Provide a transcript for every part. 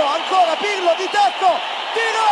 ancora Pirlo di tacco, tiro!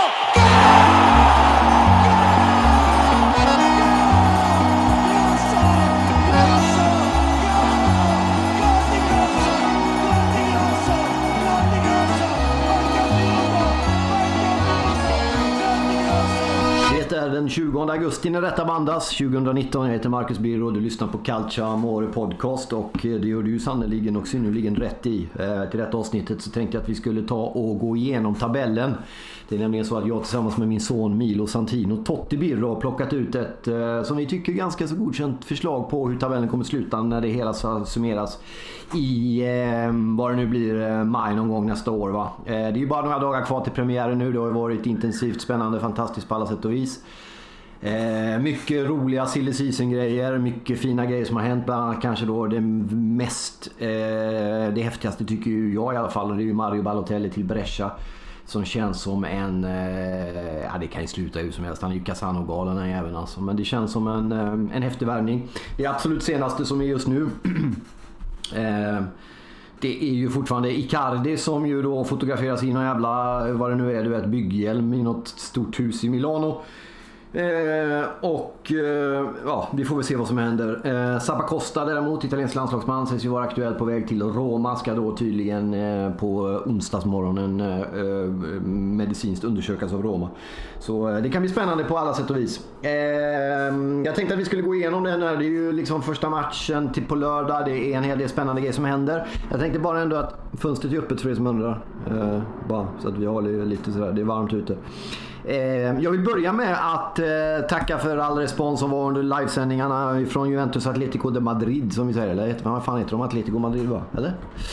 Det är den 20 augusti när detta bandas 2019. Jag heter Marcus Birro och du lyssnar på Calcio Amore podcast, och det gör du ju sannoliken och synnerligen rätt i. Till detta avsnittet så tänkte jag att vi skulle ta och gå igenom tabellen. Det är nämligen så att jag tillsammans med min son Milo Santino Totti Birro har plockat ut ett som vi tycker ganska så godkänt förslag på hur tabellen kommer sluta när det hela ska summeras i vad det nu blir, maj någon gång nästa år, va? Det är ju bara några dagar kvar till premiären nu. Det har varit intensivt, spännande, fantastiskt på alla sätt och vis. Mycket roliga silly season grejer, mycket fina grejer som har hänt, bland annat kanske då det häftigaste tycker ju jag i alla fall, och det är ju Mario Balotelli till Brescia, som känns som en det kan ju sluta ut som helst, han är ju Casano-galen även alltså, men det känns som en häftig värvning. Det absolut senaste som är just nu det är ju fortfarande Icardi som ju då fotograferas i någon jävla, vad det nu är, du vet, bygghjälm i något stort hus i Milano. Vi får väl se vad som händer. Zappacosta däremot, italiensk landslagsman, sägs ju vara aktuell på väg till Roma. Ska då tydligen på onsdagsmorgonen medicinskt undersökas av Roma. Så det kan bli spännande på alla sätt och vis. Jag tänkte att vi skulle gå igenom det här. Det är ju liksom första matchen till på lördag. Det är en hel del spännande grejer som händer. Jag tänkte bara ändå att fönstret är öppet för er som undrar. Bara så att vi håller lite sådär. Det är varmt ute. Jag vill börja med att tacka för all respons som var under livesändningarna från Juventus Atletico de Madrid, som vi säger, eller vad fan heter de? Atletico Madrid, va? Eller?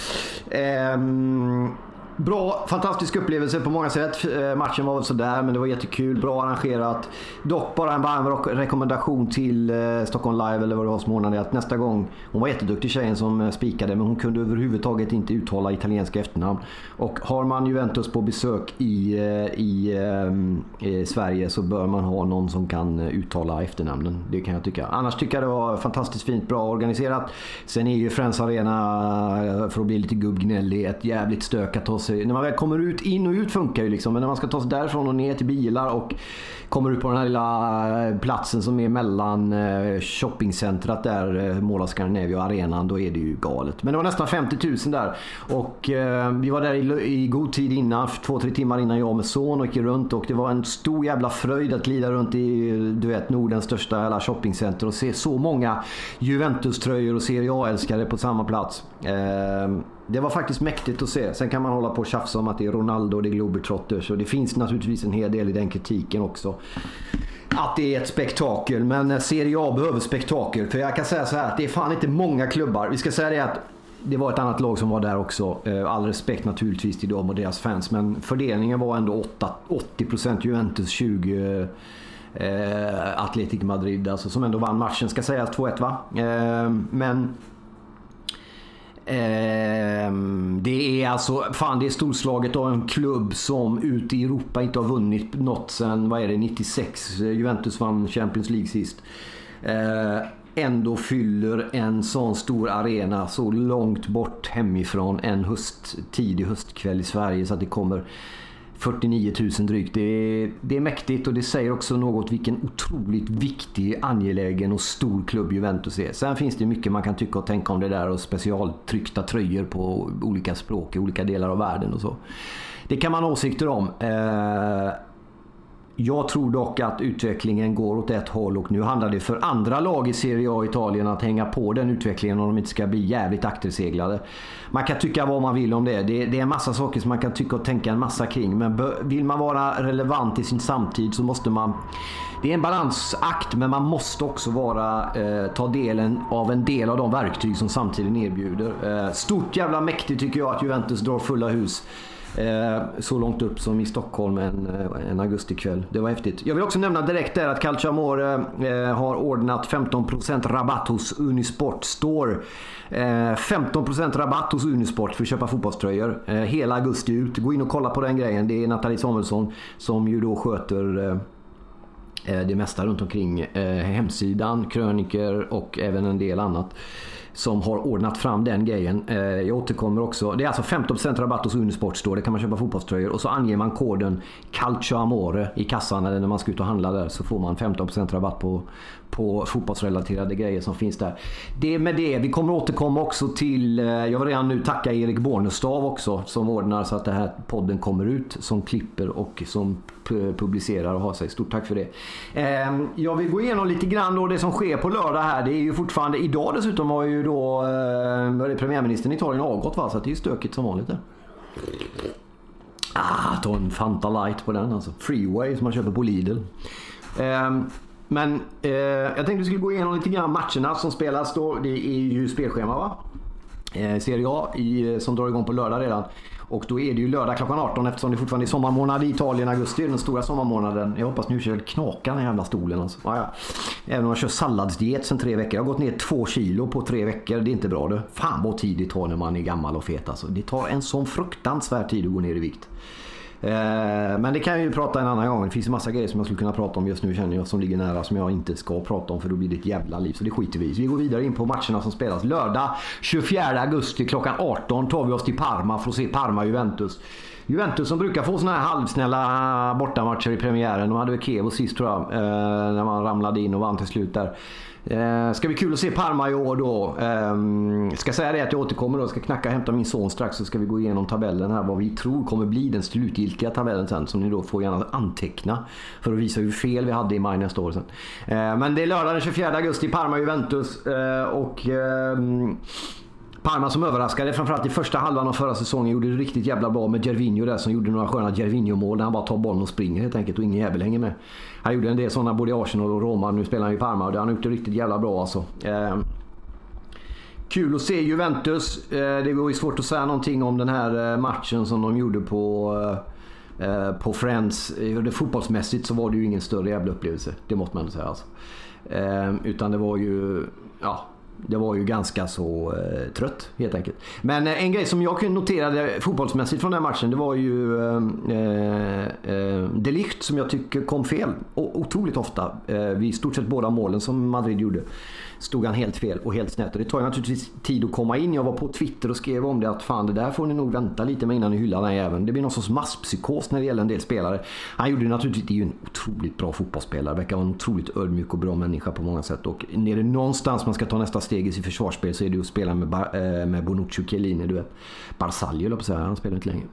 Bra, fantastisk upplevelse på många sätt. Matchen var väl sådär, men det var jättekul, bra arrangerat. Dock bara en varm rekommendation till Stockholm Live, eller vad det var som ordnade, att nästa gång, hon var jätteduktig tjejen som spikade, men hon kunde överhuvudtaget inte uttala italienska efternamn. Och har man Juventus på besök i Sverige så bör man ha någon som kan uttala efternamnen. Det kan jag tycka. Annars tycker jag det var fantastiskt fint, bra organiserat. Sen är ju Friends Arena, för att bli lite gubbgnällig, ett jävligt stök att ta sig. När man väl kommer ut, in och ut funkar ju liksom, men när man ska ta sig därifrån och ner till bilar och kommer ut på den här lilla platsen som är mellan shoppingcentrat där, Mall of Scandinavia och arenan, då är det ju galet. Men det var nästan 50 000 där, och vi var där i god tid innan, 2-3 timmar innan jag med son, och gick runt, och det var en stor jävla fröjd att glida runt i, du vet, Nordens största jävla shoppingcenter och se så många Juventus-tröjor och Serie A-älskare på samma plats. Det var faktiskt mäktigt att se. Sen kan man hålla på och tjafsa om att det är Ronaldo och det är Globetrotters, och det finns naturligtvis en hel del i den kritiken också, att det är ett spektakel. Men Serie A behöver spektakel, för jag kan säga så här att det är fan inte många klubbar. Vi ska säga det att det var ett annat lag som var där också. All respekt naturligtvis till dem och deras fans, men fördelningen var ändå 80% Juventus, 20 Atletico Madrid, alltså, som ändå vann matchen, ska sägas 2-1, va? Men det är alltså fan, det är storslaget av en klubb som ute i Europa inte har vunnit något sen, vad är det, 96, Juventus vann Champions League sist, ändå fyller en sån stor arena så långt bort hemifrån en tidig höstkväll i Sverige, så att det kommer 49 000 drygt. Det är mäktigt, och det säger också något vilken otroligt viktig, angelägen och stor klubb Juventus är. Sen finns det mycket man kan tycka och tänka om det där, och specialtryckta tröjor på olika språk i olika delar av världen och så. Det kan man ha åsikter om. Jag tror dock att utvecklingen går åt ett håll, och nu handlar det för andra lag i Serie A i Italien att hänga på den utvecklingen om de inte ska bli jävligt akterseglade. Man kan tycka vad man vill om det. Det är en massa saker som man kan tycka och tänka en massa kring, men vill man vara relevant i sin samtid så måste man... Det är en balansakt, men man måste också ta delen av en del av de verktyg som samtiden erbjuder. Stort jävla mäktigt tycker jag att Juventus drar fulla hus så långt upp som i Stockholm en augustikväll. Det var häftigt. Jag vill också nämna direkt där att Calcio Amore har ordnat 15% rabatt hos Unisport Store. 15% rabatt hos Unisport för att köpa fotbollströjor hela augusti ut. Gå in och kolla på den grejen. Det är Nathalie Samuelsson som ju då sköter det mesta runt omkring hemsidan, kröniker och även en del annat. som har ordnat fram den grejen. Jag återkommer också. Det är alltså 15% rabatt hos Unisport Store. Det kan man köpa fotbollströjor. Och så anger man koden Calcio Amore i kassan eller när man ska ut och handla där, så får man 15% rabatt på fotbollsrelaterade grejer som finns där. Det med det. Vi kommer återkomma också till, jag vill redan nu tacka Erik Bornestav också som ordnar så att det här podden kommer ut, som klipper och som publicerar och har sig. Stort tack för det. Jag vill gå igenom lite grann då det som sker på lördag här. Det är ju fortfarande, idag dessutom har ju då premiärministern i Italien avgått, va? Så att det är stökigt som vanligt där. Ta en Fanta Light på den alltså. Freeway som man köper på Lidl. Men jag tänkte vi skulle gå igenom lite grann matcherna som spelas då. Det är ju spelschema, va? Serie A som drar igång på lördag redan. Och då är det ju lördag klockan 18 eftersom det fortfarande är sommarmånad i Italien. Augusti är den stora sommarmånaden. Jag hoppas nu kör knaka den här jävla stolen alltså. Även om jag kör salladsdiet sedan 3 veckor. Jag har gått ner 2 kilo på 3 veckor. Det är inte bra det. Fan vad tid det tar när man är gammal och fet alltså. Det tar en sån fruktansvärd tid att gå ner i vikt. Men det kan jag ju prata en annan gång. Det finns en massa grejer som jag skulle kunna prata om just nu, känner jag, som ligger nära, som jag inte ska prata om för då blir det ett jävla liv, så det skiter vi. Vi går vidare in på matcherna som spelas lördag 24 augusti klockan 18 tar vi oss till Parma för att se Parma-Juventus. Juventus som brukar få såna här halvsnälla bortamatcher i premiären. De hade väl Kevo sist tror jag, när man ramlade in och vann till slut där. Ska bli kul att se Parma i år då. Ska säga det att jag återkommer då. Ska knacka och hämta min son strax, så ska vi gå igenom tabellen här. Vad vi tror kommer bli den slutgiltiga tabellen sen, som ni då får gärna anteckna för att visa hur fel vi hade i maj nästa år sen. Men det är lördag den 24 augusti, Parma-Juventus. Och Parma som överraskade, framförallt i första halvan av förra säsongen, gjorde det riktigt jävla bra med Gervinho där, som gjorde några sköna Gervinho-mål där han bara tar bollen och springer helt enkelt och ingen jävel hänger med. Han gjorde en del sådana både i Arsenal och Roma, nu spelar han i Parma och han har gjort det riktigt jävla bra alltså. Kul att se Juventus. Det var ju svårt att säga någonting om den här matchen som de gjorde på Friends. Fotbollsmässigt så var det ju ingen större jävla upplevelse, det måste man säga alltså. Utan det var ju, det var ju ganska så trött helt enkelt. Men en grej som jag noterade fotbollsmässigt från den här matchen, det var ju De Ligt som jag tycker kom fel otroligt ofta. Vid stort sett båda målen som Madrid gjorde stod han helt fel och helt snett. Och det tar ju naturligtvis tid att komma in. Jag var på Twitter och skrev om det, att fan, det där får ni nog vänta lite med innan ni hyllar den även. Det blir någon sorts masspsykos när det gäller en del spelare. Han gjorde naturligtvis, det är ju en otroligt bra fotbollsspelare. Verkar vara en otroligt ödmjuk och bra människa på många sätt. Och när det någonstans man ska ta nästa steg i sitt försvarsspel, så är det att spela med Bonucci och Chiellini, du vet. Barzagli, eller på så här, han spelar inte längre.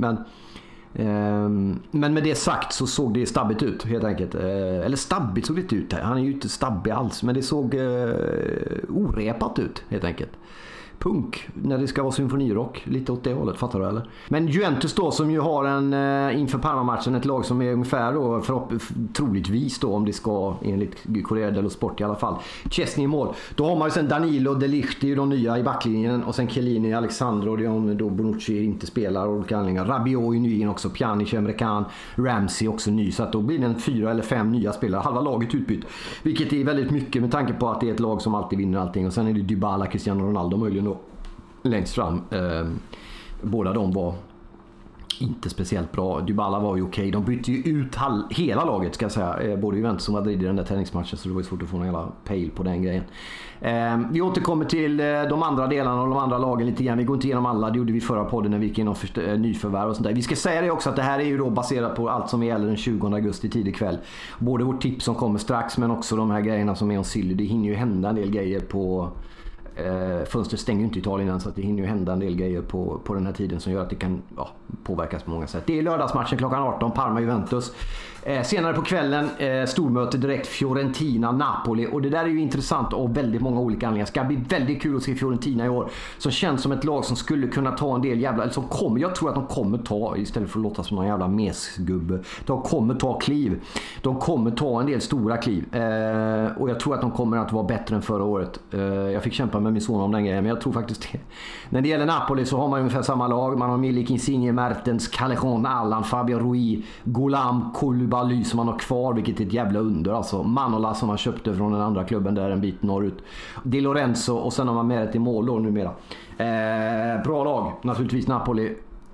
Men med det sagt så såg det stabbigt ut helt enkelt. Eller stabbigt såg det ut här. Han är ju inte stabbig alls, men det såg orepat ut helt enkelt. Punk när det ska vara symfonirock, lite åt det hållet, fattar du eller? Men Juventus då, som ju har inför Parma-matchen ett lag som är ungefär då, troligtvis då, om det ska enligt Corriere dello Sport i alla fall, Chesney i mål. Då har man ju sen Danilo, De Ligt, det är ju de nya i backlinjen, och sen Chiellini, Alexandro, det är om då Bonucci inte spelar och olika anledningar. Rabiot är ny in också, Pjanic, Emre Can, Ramsey också ny, så att då blir det 4 eller 5 nya spelare, halva laget utbytt, vilket är väldigt mycket med tanke på att det är ett lag som alltid vinner allting. Och sen är det Dybala, Cristiano Ronaldo möjligen då längst fram. Båda de var inte speciellt bra. Dybala var ju okej. De bytte ju ut hela laget, ska jag säga. Både Juventus och Madrid i den där träningsmatchen, så det var svårt att få någon hela pejl på den grejen. Vi återkommer till de andra delarna och de andra lagen lite grann. Vi går inte igenom alla, det gjorde vi förra podden när vi gick igenom nyförvärv och sånt där. Vi ska säga det också, att det här är ju då baserat på allt som gäller den 20 augusti tidig kväll. Både vårt tips som kommer strax, men också de här grejerna som är om Silly. Det hinner ju hända en del grejer på fönstret stänger ju inte i Italien än, så att det hinner ju hända en del grejer på den här tiden som gör att det kan påverkas på många sätt. Det är lördagsmatchen klockan 18, Parma-Juventus. Senare på kvällen stormöte direkt Fiorentina-Napoli, och det där är ju intressant av väldigt många olika anledningar. Det ska bli väldigt kul att se Fiorentina i år, som känns som ett lag som skulle kunna ta en del jävla, eller som kommer, jag tror att de kommer ta, istället för att låta som någon jävla mesgubbe, de kommer ta kliv. De kommer ta en del stora kliv, och jag tror att de kommer att vara bättre än förra året. Jag fick kämpa med min son om den grejen, men jag tror faktiskt det. När det gäller Napoli så har man ungefär samma lag. Man har Milik, Insigne, Mertens, Callejon, Allan, Fabio Rui, Golam, Koulibaly som man har kvar, vilket är ett jävla under alltså. Manola som man köpte från den andra klubben där en bit norrut. Di Lorenzo, och sen har man med det till mål då numera. Bra lag, naturligtvis Napoli.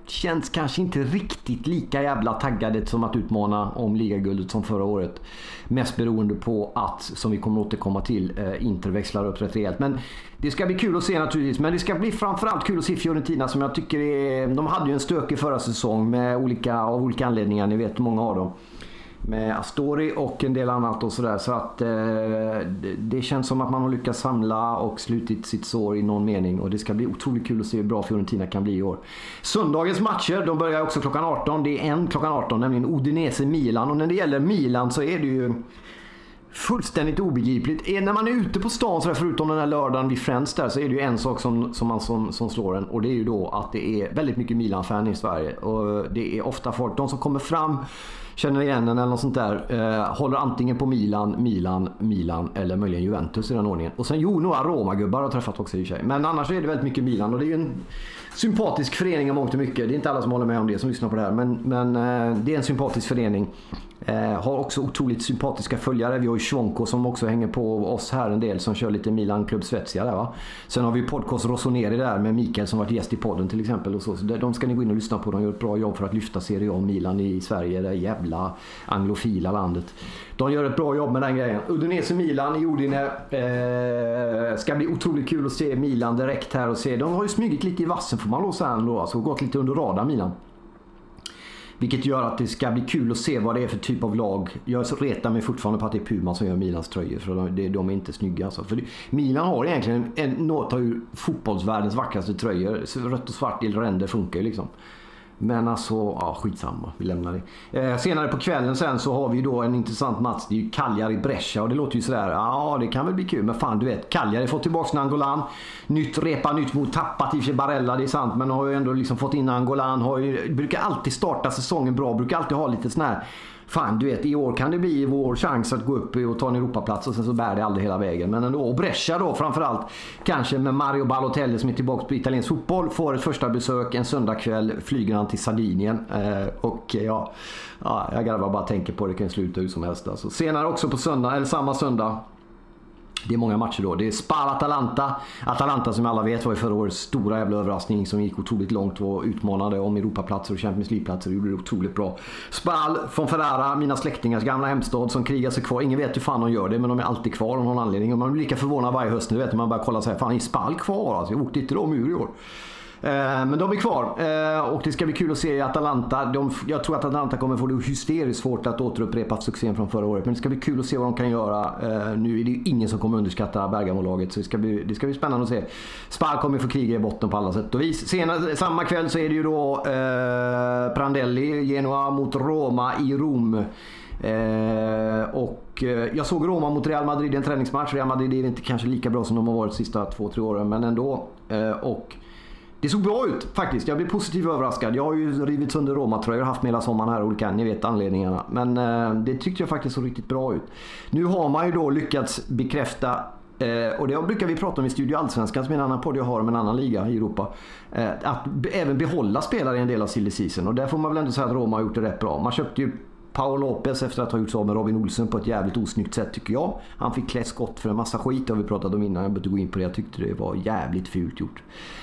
känns kanske inte riktigt lika jävla taggade som att utmana om ligaguldet som förra året. Mest beroende på att, som vi kommer återkomma till, Inter växlar upp rätt rejält. Men det ska bli kul att se naturligtvis. Men det ska bli framförallt kul att se Fiorentina, som jag tycker de hade ju en stökig förra säsong av olika anledningar. Ni vet många av dem. Med Astori och en del annat och sådär. Så att det känns som att man har lyckats samla och slutit sitt sår i någon mening. Och det ska bli otroligt kul att se hur bra Fiorentina kan bli i år. Söndagens matcher, de börjar också klockan 18. Det är en klockan 18, nämligen Udinese-Milan. Och när det gäller Milan så är det ju fullständigt obegripligt. När man är ute på stan, så där, förutom den här lördagen vid Friends där, så är det ju en sak som slår en. Och det är ju då att det är väldigt mycket Milan-fan i Sverige. Och det är ofta folk, de som kommer fram, känner igen en eller något sånt där, håller antingen på Milan eller möjligen Juventus i den ordningen. Och sen några Roma-gubbar har träffat också i sig. Men annars är det väldigt mycket Milan, och det är ju en sympatisk förening av mångt och mycket. Det är inte alla som håller med om det som lyssnar på det här, men det är en sympatisk förening. Har också otroligt sympatiska följare. Vi har ju Svonko som också hänger på oss här en del, som kör lite Milan Club Svezia där, va. Sen har vi podcast Rossoneri där med Mikael som varit gäst i podden till exempel och så de ska ni gå in och lyssna på. De gör ett bra jobb för att lyfta Serie A och Milan i Sverige, det jävla anglofila landet. De gör ett bra jobb med den grejen. Udinese Milan i Udine, ska bli otroligt kul att se Milan direkt här och se. De har ju smygit lite i vassen, får man lov säga ändå, alltså gått lite under radarn Milan. Vilket gör att det ska bli kul att se vad det är för typ av lag. Jag retar mig fortfarande på att det är Puma som gör Milans tröjor, för de är inte snygga. Alltså. För Milan har egentligen något av fotbollsvärldens vackraste tröjor. Rött och svart i ränder funkar ju liksom. Men alltså, ja, skitsamma, vi lämnar det. Senare på kvällen sen så har vi då en intressant match. Det är ju Cagliari-Brescia, och det låter ju sådär, ja det kan väl bli kul. Men fan, du vet, Cagliari får tillbaka Nangolan. Nytt mot tappat i och för sig Barella, det är sant. Men har ju ändå liksom fått in Nangolan. Brukar alltid starta säsongen bra, brukar alltid ha lite sån här, fan du vet, i år kan det bli vår chans att gå upp och ta en Europaplats, och sen så bär det aldrig hela vägen. Men ändå, och Brescia då framförallt, kanske med Mario Balotelli som är tillbaka på italiensk fotboll, får ett första besök en söndagkväll, flyger han till Sardinien. Och ja, jag garvar bara tänker på det, kan sluta hur som helst. Alltså. Senare också på söndag, eller samma söndag, det är många matcher då. Det är Spal-Atalanta. Atalanta som alla vet var i förra årets stora jävla överraskning, som gick otroligt långt och utmanade om Europaplatser och Champions League-platser. Det gjorde det otroligt bra. Spal från Ferrara, mina släktingars gamla hemstad, som krigar sig kvar. Ingen vet hur fan de gör det, men de är alltid kvar av någon anledning. Och man blir lika förvånad varje höst. Nu vet man bara kolla så här, fan är Spal kvar? Alltså, jag åkte inte de ur i år. Men de är kvar, och det ska bli kul att se i Atalanta. Jag tror att Atalanta kommer få det hysteriskt svårt att återupprepa succén från förra året, men det ska bli kul att se vad de kan göra. Nu är det ju ingen som kommer underskatta Bergamo-laget, så det ska bli spännande att se. Spal kommer få kriga i botten på alla sätt och vis. Senare, samma kväll så är det ju då Prandelli, Genoa mot Roma i Rom. Och jag såg Roma mot Real Madrid, en träningsmatch. Real Madrid är inte kanske lika bra som de har varit de sista 2-3 åren, men ändå. Och det såg bra ut faktiskt. Jag blev positivt överraskad. Jag har ju rivit sönder Roma-tröjor och haft med hela sommaren här, olika, ni vet anledningarna. Men det tyckte jag faktiskt såg riktigt bra ut. Nu har man ju då lyckats bekräfta, och det brukar vi prata om i Studio Allsvenskan, som är en annan podd jag har om en annan liga i Europa, att även behålla spelare i en del av silly season. Och där får man väl ändå säga att Roma har gjort det rätt bra. Man köpte ju Paolo Lopez efter att ha gjort så med Robin Olsen på ett jävligt osnyggt sätt, tycker jag. Han fick klä skott för en massa skit, det har vi pratat om innan. Jag behövde gå in på det. Jag tyckte det var jävligt fult gjort.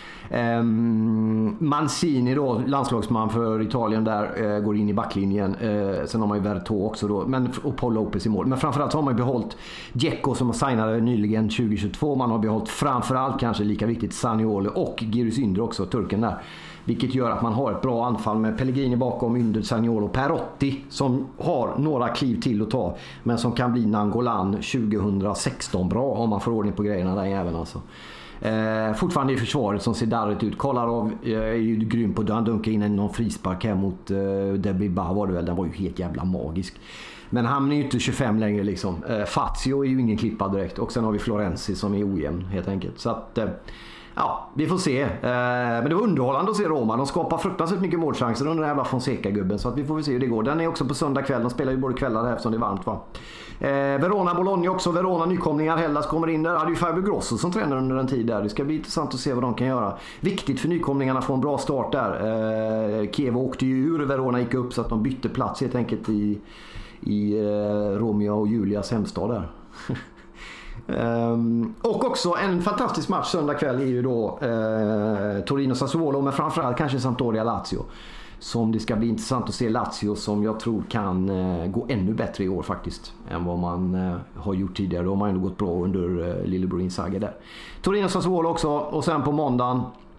Mancini då, landslagsman för Italien där, går in i backlinjen. Sen har man ju Vertå också då, och Paul Lopez i mål. Men framförallt så har man ju behållit Dzeko som signade nyligen 2022. Man har behållit framförallt, kanske lika viktigt, Zaniolo och Girius Yndre också, turken där. Vilket gör att man har ett bra anfall med Pellegrini bakom, Yndre, Zaniolo, Perotti som har några kliv till att ta, men som kan bli Nangolan 2016 bra om man får ordning på grejerna där även alltså. Fortfarande i försvaret som ser darrigt ut. Kolarov är ju grym på, han dunkar in någon frispark här mot Debiba var det väl, den var ju helt jävla magisk. Men han är ju inte 25 längre liksom. Fazio är ju ingen klippad direkt, och sen har vi Florenzi som är ojämn helt enkelt. Så att ja, vi får se. Men det var underhållande att se Roma. De skapar fruktansvärt mycket målchanser under den jävla Fonseca-gubben. Så att vi får se hur det går. Den är också på söndag kväll. De spelar ju både kvällar här eftersom det är varmt, va. Verona, Bologna också. Verona nykomlingar. Hellas kommer in där. Hade ju Fabio Grosso som tränare under en tid där. Det ska bli intressant att se vad de kan göra. Viktigt för nykomlingarna att få en bra start där. Kiev åkte ju ur. Verona gick upp så att de bytte plats helt enkelt i Romeo och Julias hemstad där. Och också en fantastisk match söndag kväll är ju då Torino-Sassuolo, men framförallt kanske Sampdoria-Lazio. Som det ska bli intressant att se Lazio, som jag tror kan gå ännu bättre i år faktiskt än vad man har gjort tidigare. Då har man ändå gått bra under lillebror Inzaghi där. Torino-Sassuolo också, och sen på måndagen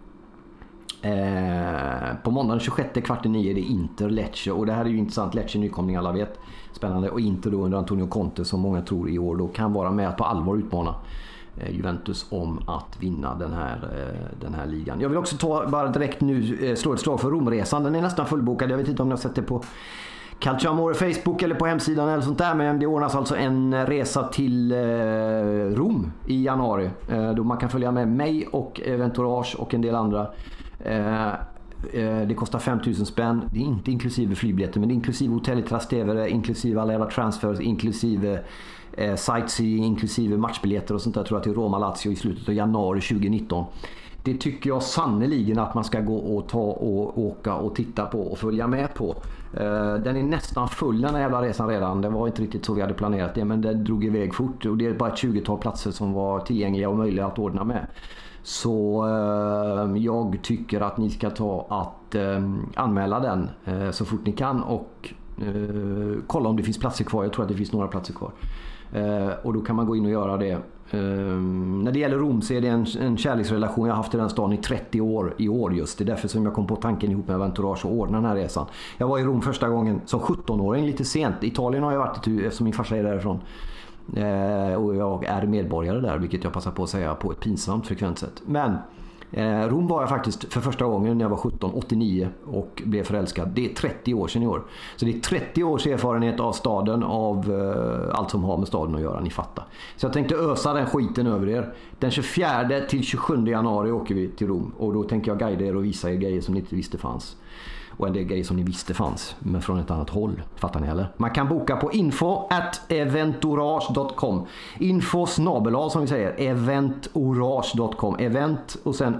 den 26:15 är det Inter-Lecce, och det här är ju intressant. Lecce nykomling, alla vet, spännande, och Inter då under Antonio Conte, som många tror i år då kan vara med att på allvar utmana Juventus om att vinna den här ligan. Jag vill också bara direkt nu slå ett slag för Romresan. Den är nästan fullbokad. Jag vet inte om ni har sett det på Calciamore Facebook eller på hemsidan eller sånt där, men det ordnas alltså en resa till Rom i januari, då man kan följa med mig och Eventourage och en del andra. Det kostar 5 000 spänn. Det är inte inklusive flygbiljetter, men det är inklusive hotell i Trastevere, inklusive alla jävla transfers, inklusive sightseeing, inklusive matchbiljetter och sånt där, tror jag, till Roma Lazio i slutet av januari 2019. Det tycker jag sannoliken att man ska gå och åka och titta på och följa med på. Den är nästan full, den här jävla resan redan. Det var inte riktigt så vi hade planerat det, men det drog iväg fort, och det är bara ett 20-tal platser som var tillgängliga och möjliga att ordna med. Så jag tycker att ni ska anmäla den så fort ni kan och kolla om det finns platser kvar. Jag tror att det finns några platser kvar. Och då kan man gå in och göra det. När det gäller Rom så är det en kärleksrelation jag har haft i den staden i 30 år i år just. Det är därför som jag kom på tanken ihop med Aventurage och ordna den här resan. Jag var i Rom första gången som 17-åring, lite sent. Italien har jag varit i, eftersom min farsa är därifrån. Och jag är medborgare där, vilket jag passar på att säga på ett pinsamt frekvent sätt. Men Rom var jag faktiskt för första gången när jag var 17, 89 och blev förälskad. Det är 30 år sedan i år. Så det är 30 års erfarenhet av staden, av allt som har med staden att göra, ni fattar. Så jag tänkte ösa den skiten över er. Den 24 till 27 januari åker vi till Rom, och då tänker jag guida er och visa er grejer som ni inte visste fanns. Och en del grejer som ni visste fanns, men från ett annat håll. Fattar ni eller? Man kan boka på info@eventourage.com. Info/, som vi säger, eventourage.com. Event och sen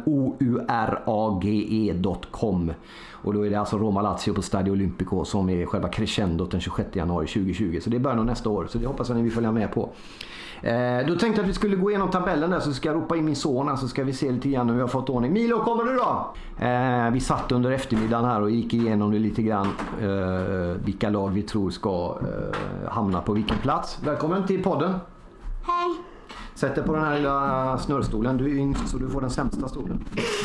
ourage.com. Och då är det alltså Roma Lazio på Stadio Olimpico som är själva crescendot den 26 januari 2020. Så det är början av nästa år. Så det hoppas jag att ni vill följa med på. Då tänkte jag att vi skulle gå igenom tabellen där, så ska jag ropa in min son, så ska vi se lite grann hur vi har fått ordning. Milo, kommer du då? Vi satt under eftermiddagen här och gick igenom det lite grann, vilka lag vi tror ska hamna på vilken plats. Välkommen till podden. Hej. Sätt dig på den här lilla snurrstolen. Du är yngst så du får den sämsta stolen.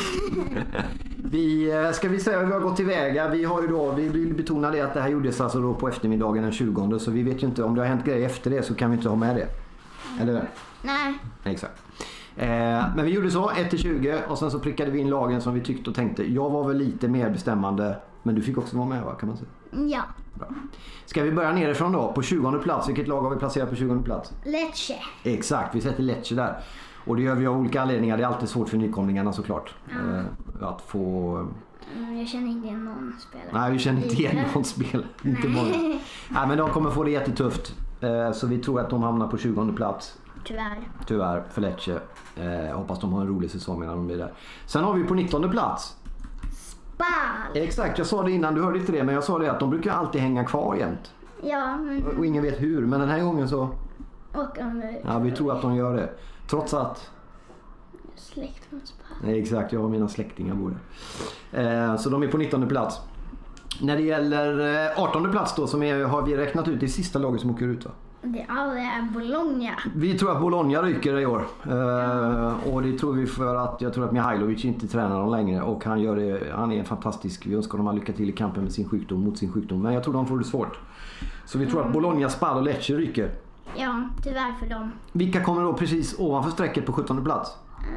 Ska vi säga hur vi har gått tillväga. Vi vill betona det att det här gjordes alltså då på eftermiddagen den 20, så vi vet ju inte om det har hänt grejer efter det, så kan vi inte ha med det. Eller? Nej. Exakt. Men vi gjorde så 1-20 och sen så prickade vi in lagen som vi tyckte och tänkte. Jag var väl lite mer bestämmande, men du fick också vara med, va, kan man säga? Ja. Bra. Ska vi börja nerifrån då? På 20:e plats. Vilket lag har vi placerat på 20:e plats? Lecce. Exakt, vi sätter Lecce där. Och det gör vi av olika anledningar. Det är alltid svårt för nykomlingarna såklart. Att få... Jag känner inte igen någon spelare. Nej, vi känner inte igen någon spelare. Inte många. Nej, men de kommer få det jättetufft. Så vi tror att de hamnar på 20:e plats. Tyvärr för Lecce. Hoppas de har en rolig säsong när de blir där. Sen har vi på 19:e plats Spal. Exakt, jag sa det innan, du hörde inte det, men jag sa det att de brukar alltid hänga kvar jämt. Ja, men... Och ingen vet hur, men den här gången så... Ja, vi tror att de gör det. Trots att... Släkt från Spal. Nej, exakt, jag och mina släktingar bor där. Så de är på 19:e plats. När det gäller 18:e plats då, har vi räknat ut det sista laget som åker ut, va? Det är Bologna. Vi tror att Bologna ryker i år. Och det tror vi för att jag tror att Mihailovic inte tränar dem längre. Och han är fantastisk. Vi önskar dem all lycka till i kampen med sin sjukdom, mot sin sjukdom. Men jag tror de får det svårt. Så vi tror att Bologna, Spal och Lecce ryker. Ja, tyvärr för dem. Vilka kommer då precis ovanför strecket på 17:e plats?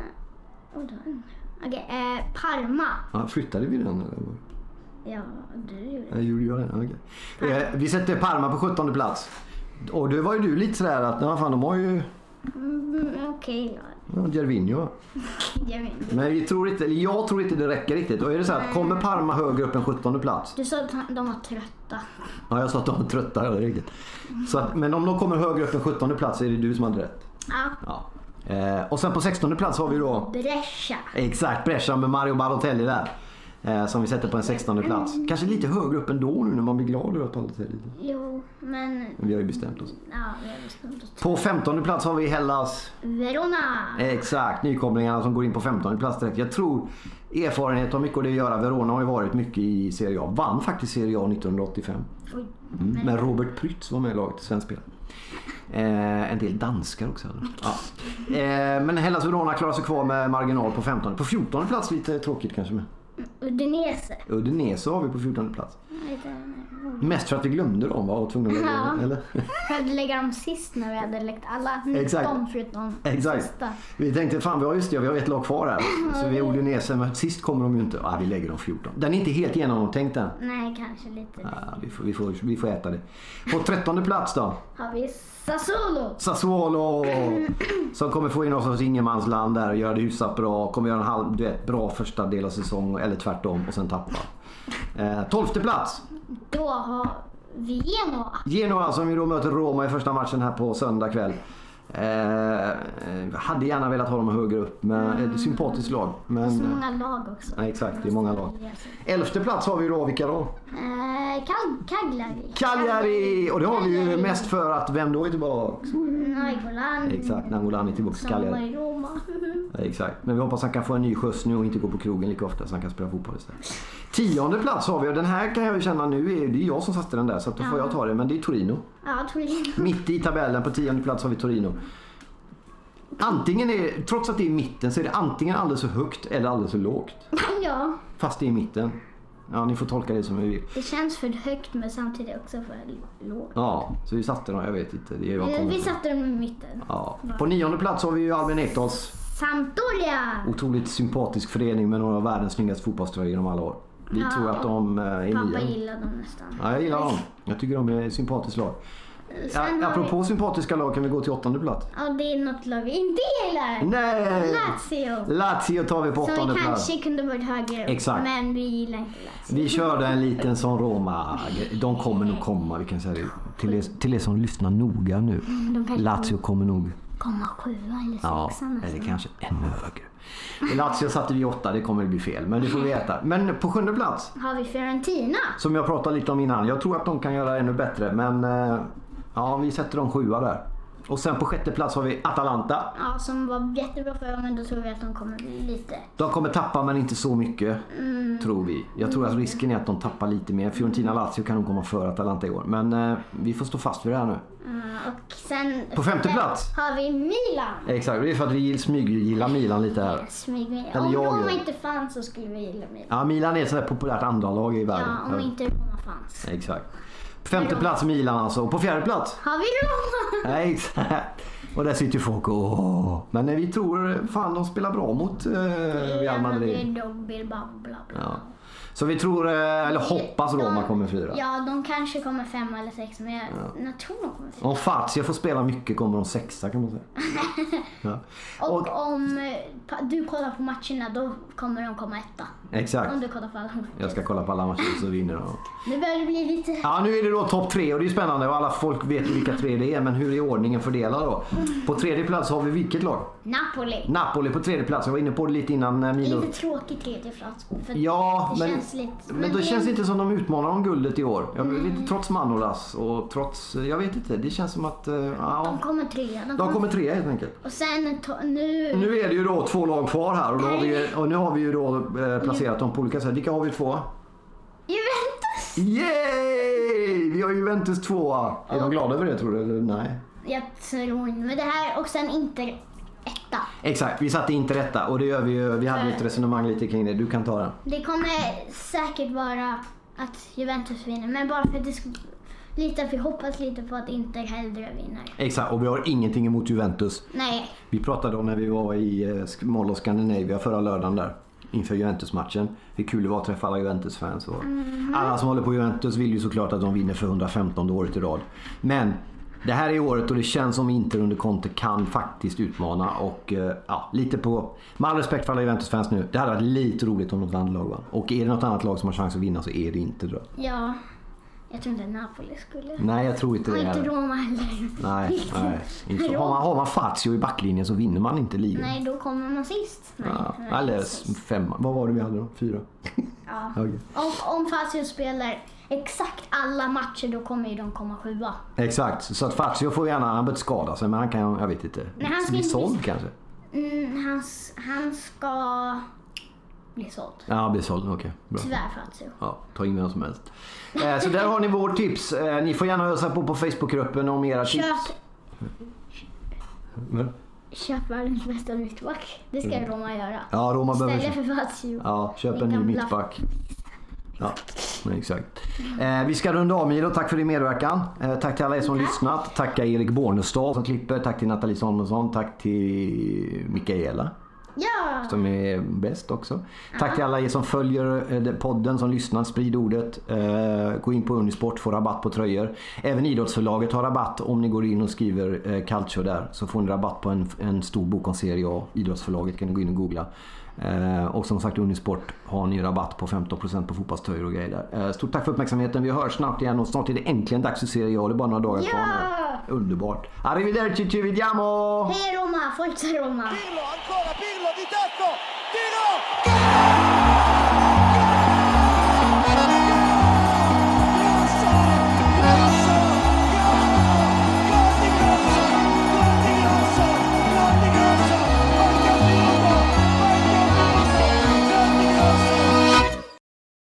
Parma. Ja, flyttade vi den eller? Ja, du gjorde det. Jag gjorde den, okej. Vi sätter Parma på 17:e plats. Och det var ju du lite sådär att de har ju... Okej. Ja, Gervinho. Men jag tror inte det räcker riktigt. Och är det så att kommer Parma högre upp än 17:e plats? Du sa att de var trötta. Ja, jag sa att de var trötta, ja, det är riktigt. Så att, men om de kommer högre upp än 17:e plats är det du som hade rätt. Ja. Och sen på 16:e plats har vi då... Brescia. Exakt, Brescia med Mario Balotelli där. Som vi sätter på en 16:e plats. Kanske lite högre upp ändå nu när man blir glad över att alla säger lite. Jo, men... Vi har ju bestämt oss. Ja, vi har bestämt oss. På 15:e plats har vi Hellas. Verona. Exakt, nykomlingarna som går in på 15:e plats direkt. Jag tror erfarenhet har mycket att göra. Verona har ju varit mycket i Serie A. Vann faktiskt Serie A 1985. Oj, Men Robert Prytz var med i laget, svensk spelare. En del danskar också. Ja. Men Hellas Verona klarar sig kvar med marginal på 15. På 14:e plats lite tråkigt kanske med. Udinese har vi på 14:e plats. Mest för att vi glömde dem var tvungna att lägga dem, eller? För att lägga dem sist när vi hade läckt alla 19 förutom sista. Vi tänkte fan vi har ett lag kvar här. Så vi är Udinese, men sist kommer de ju inte. Vi lägger dem 14. Den är inte helt genomtänkt den. Nej, kanske lite. Ja, vi får äta det. På 13:e plats då har vi Sassuolo som kommer få in oss hos ingenmansland där och göra det hyfsat bra. Kommer göra en bra första del av säsong eller tvärtom och sen tappa. 12:e plats. Då har vi Genoa som ju då möter Roma i första matchen här på söndag kväll. Hade gärna velat ha dem högre upp, men ett sympatiskt lag. Men, så många lag också. Ja, exakt, det är många lag. 11:e plats har vi då, vilka då? Cagliari! Och det har vi ju mest för att vem då är tillbaka? Nainggolan. Exakt, Nainggolan är tillbaka till Cagliari. Som var i Roma. Ja, exakt, men vi hoppas att han kan få en ny skjuts nu och inte gå på krogen lika ofta så han kan spela fotboll istället. 10:e plats har vi, och den här kan jag ju känna nu, det är jag som satte den där så att då får jag ta det, men det är Torino. Ja, Torino. Mitt i tabellen på 10:e plats har vi Torino. Antingen trots att det är i mitten så är det antingen alldeles för högt eller alldeles för lågt. Ja. Fast det är i mitten. Ja, ni får tolka det som ni vill. Det känns för högt men samtidigt också för lågt. Ja, så vi satte dem, jag vet inte. Vi satte dem i mitten. Ja. På 9:e plats har vi ju Albin Ekdals Sampdoria. Otroligt sympatisk förening med några av världens snyggaste fotbollströjor genom alla år. Vi tror att de är nya. Pappa gillar dem nästan. Ja, jag gillar dem. Jag tycker de är sympatiskt lag. Apropå sympatiska lag kan vi gå till 8:e plats. Ja, det är något lag vi inte gillar. Nej! Lazio tar vi på 8:e plats. Så vi kanske kunde varit högre upp. Exakt. Men vi gillar inte Lazio. Vi körde en liten sån Roma. De kommer nog komma, vi kan säga det. Till er som lyssnar noga nu. Lazio kommer nog komma 7 eller 6. Ja, eller kanske ännu högre. I Lazio satte vi 8, det kommer att bli fel. Men det får vi veta. Men på 7:e plats har vi Fiorentina. Som jag pratade lite om innan. Jag tror att de kan göra ännu bättre. Men ja, vi sätter dem 7 där. Och sen på 6:e plats har vi Atalanta. Ja, som var jättebra förra, men då tror vi att de kommer bli lite. De kommer tappa men inte så mycket, tror vi. Jag tror att risken är att de tappar lite mer. Fiorentina Lazio kan nog komma för Atalanta i år. Men vi får stå fast vid det här nu. Och sen på 5:e plats har vi Milan. Exakt, det är för att vi gillar Milan lite här. Om de inte fanns så skulle vi gilla Milan. Ja, Milan är ett sådär populärt andra lag i världen. Ja, om inte Roma fanns. Exakt. På 5:e plats Milan alltså. Och på 4:e plats har vi Roma. Exakt. Och där sitter folk men vi tror fan de spelar bra mot Real Madrid. Ja. Så vi tror, eller hoppas Roma kommer 4. Ja, de kanske kommer 5 eller 6, men jag tror de kommer 4. Om Fazio får spela mycket kommer de 6 kan man säga. Ja. Och om du kollar på matcherna då kommer de komma 1. Exakt. Om du kollar på alla matcher. Jag ska kolla på alla matcher så vinner de. Nu börjar det bli lite... Ja, nu är det då topp 3 och det är spännande och alla folk vet vilka 3 det är, men hur är ordningen fördelad då? På 3:e plats har vi vilket lag? Napoli på 3:e plats. Jag var inne på det lite innan Milo. Lite tråkigt 3:e plats. Ja, det men känns lite... Men då känns det inte som de utmanar om guldet i år. Trots Manolas och trots, jag vet inte, det känns som att de kommer 3. De kommer 3 helt enkelt. Och sen nu är det ju då 2 lag kvar här och nu har vi ju då placerat dem på olika sätt. Vilka har vi 2? Juventus. Yay! Vi har Juventus 2. Är de glada över det tror du eller nej? Jag tror inte, men det här och sen Inter 1. Exakt, vi satte inte rätta och det gör vi ju. Vi hade ett resonemang lite kring det. Du kan ta den. Det kommer säkert vara att Juventus vinner, men bara för att det ska lite, vi hoppas lite på att Inter hellre vinner. Exakt, och vi har ingenting emot Juventus. Nej. Vi pratade om när vi var i Mall of Scandinavia förra lördagen där inför Juventus-matchen. Hur kul det var att träffa alla Juventus-fans. Och alla som håller på Juventus vill ju såklart att de vinner för 115 året i rad. Men det här är året och det känns som Inter under Conte kan faktiskt utmana. Och lite på, med all respekt för alla Juventus-fans nu, det hade varit lite roligt om något annat lag vann. Och är det något annat lag som har chans att vinna så är det inte då. Ja. Jag tror inte Napoli skulle. Nej, jag tror inte det. Och inte Heller. Roma heller. Nej. Inte. Har man Fazio i backlinjen så vinner man inte ligan. Nej, då kommer man sist. Nej, Ja, eller 5. Vad var det vi hade då? 4? Ja. Okay. Om Fazio spelar exakt alla matcher då kommer ju de komma 7. Exakt, så att Fazio får gärna, han behöver skada sig men han kan, jag vet inte. Nej, han ska bli inte såld kanske. Han ska bli såld. Ja, bli såld, okej. Bra. Tyvärr Fazio. Ja, ta in vem som helst. Så där har ni vårt tips. Ni får gärna ösa på Facebookgruppen om era tips. Köp världens bästa mittback. Det ska Roma göra. Ja, Roma behöver... Istället för Fazio. Ja, köp en ny mittback. Ja, exakt. Vi ska runda av, Milo. Tack för din medverkan. Tack till alla er som lyssnat. Tack till Erik Bornestad som klipper. Tack till Nathalie Samuelsson. Tack till Mikaela. Ja! Som är bäst också. Tack till alla er som följer podden, som lyssnar. Sprid ordet. Gå in på Unisport, få rabatt på tröjor. Även Idrottsförlaget har rabatt om ni går in och skriver Calcio där. Så får ni rabatt på en stor bok om Serie A. Idrottsförlaget kan ni gå in och googla. Och som sagt, Unisport har ni rabatt på 15% på fotbollströjor och grejer där. Stort tack för uppmärksamheten. Vi hörs snart igen och snart är det äntligen dags för Serie A. Det är bara några dagar kvar nu. Underbart. Arrivederci, ci vediamo! Hej Roma, forza Roma! Pirlo, ancora Pirlo!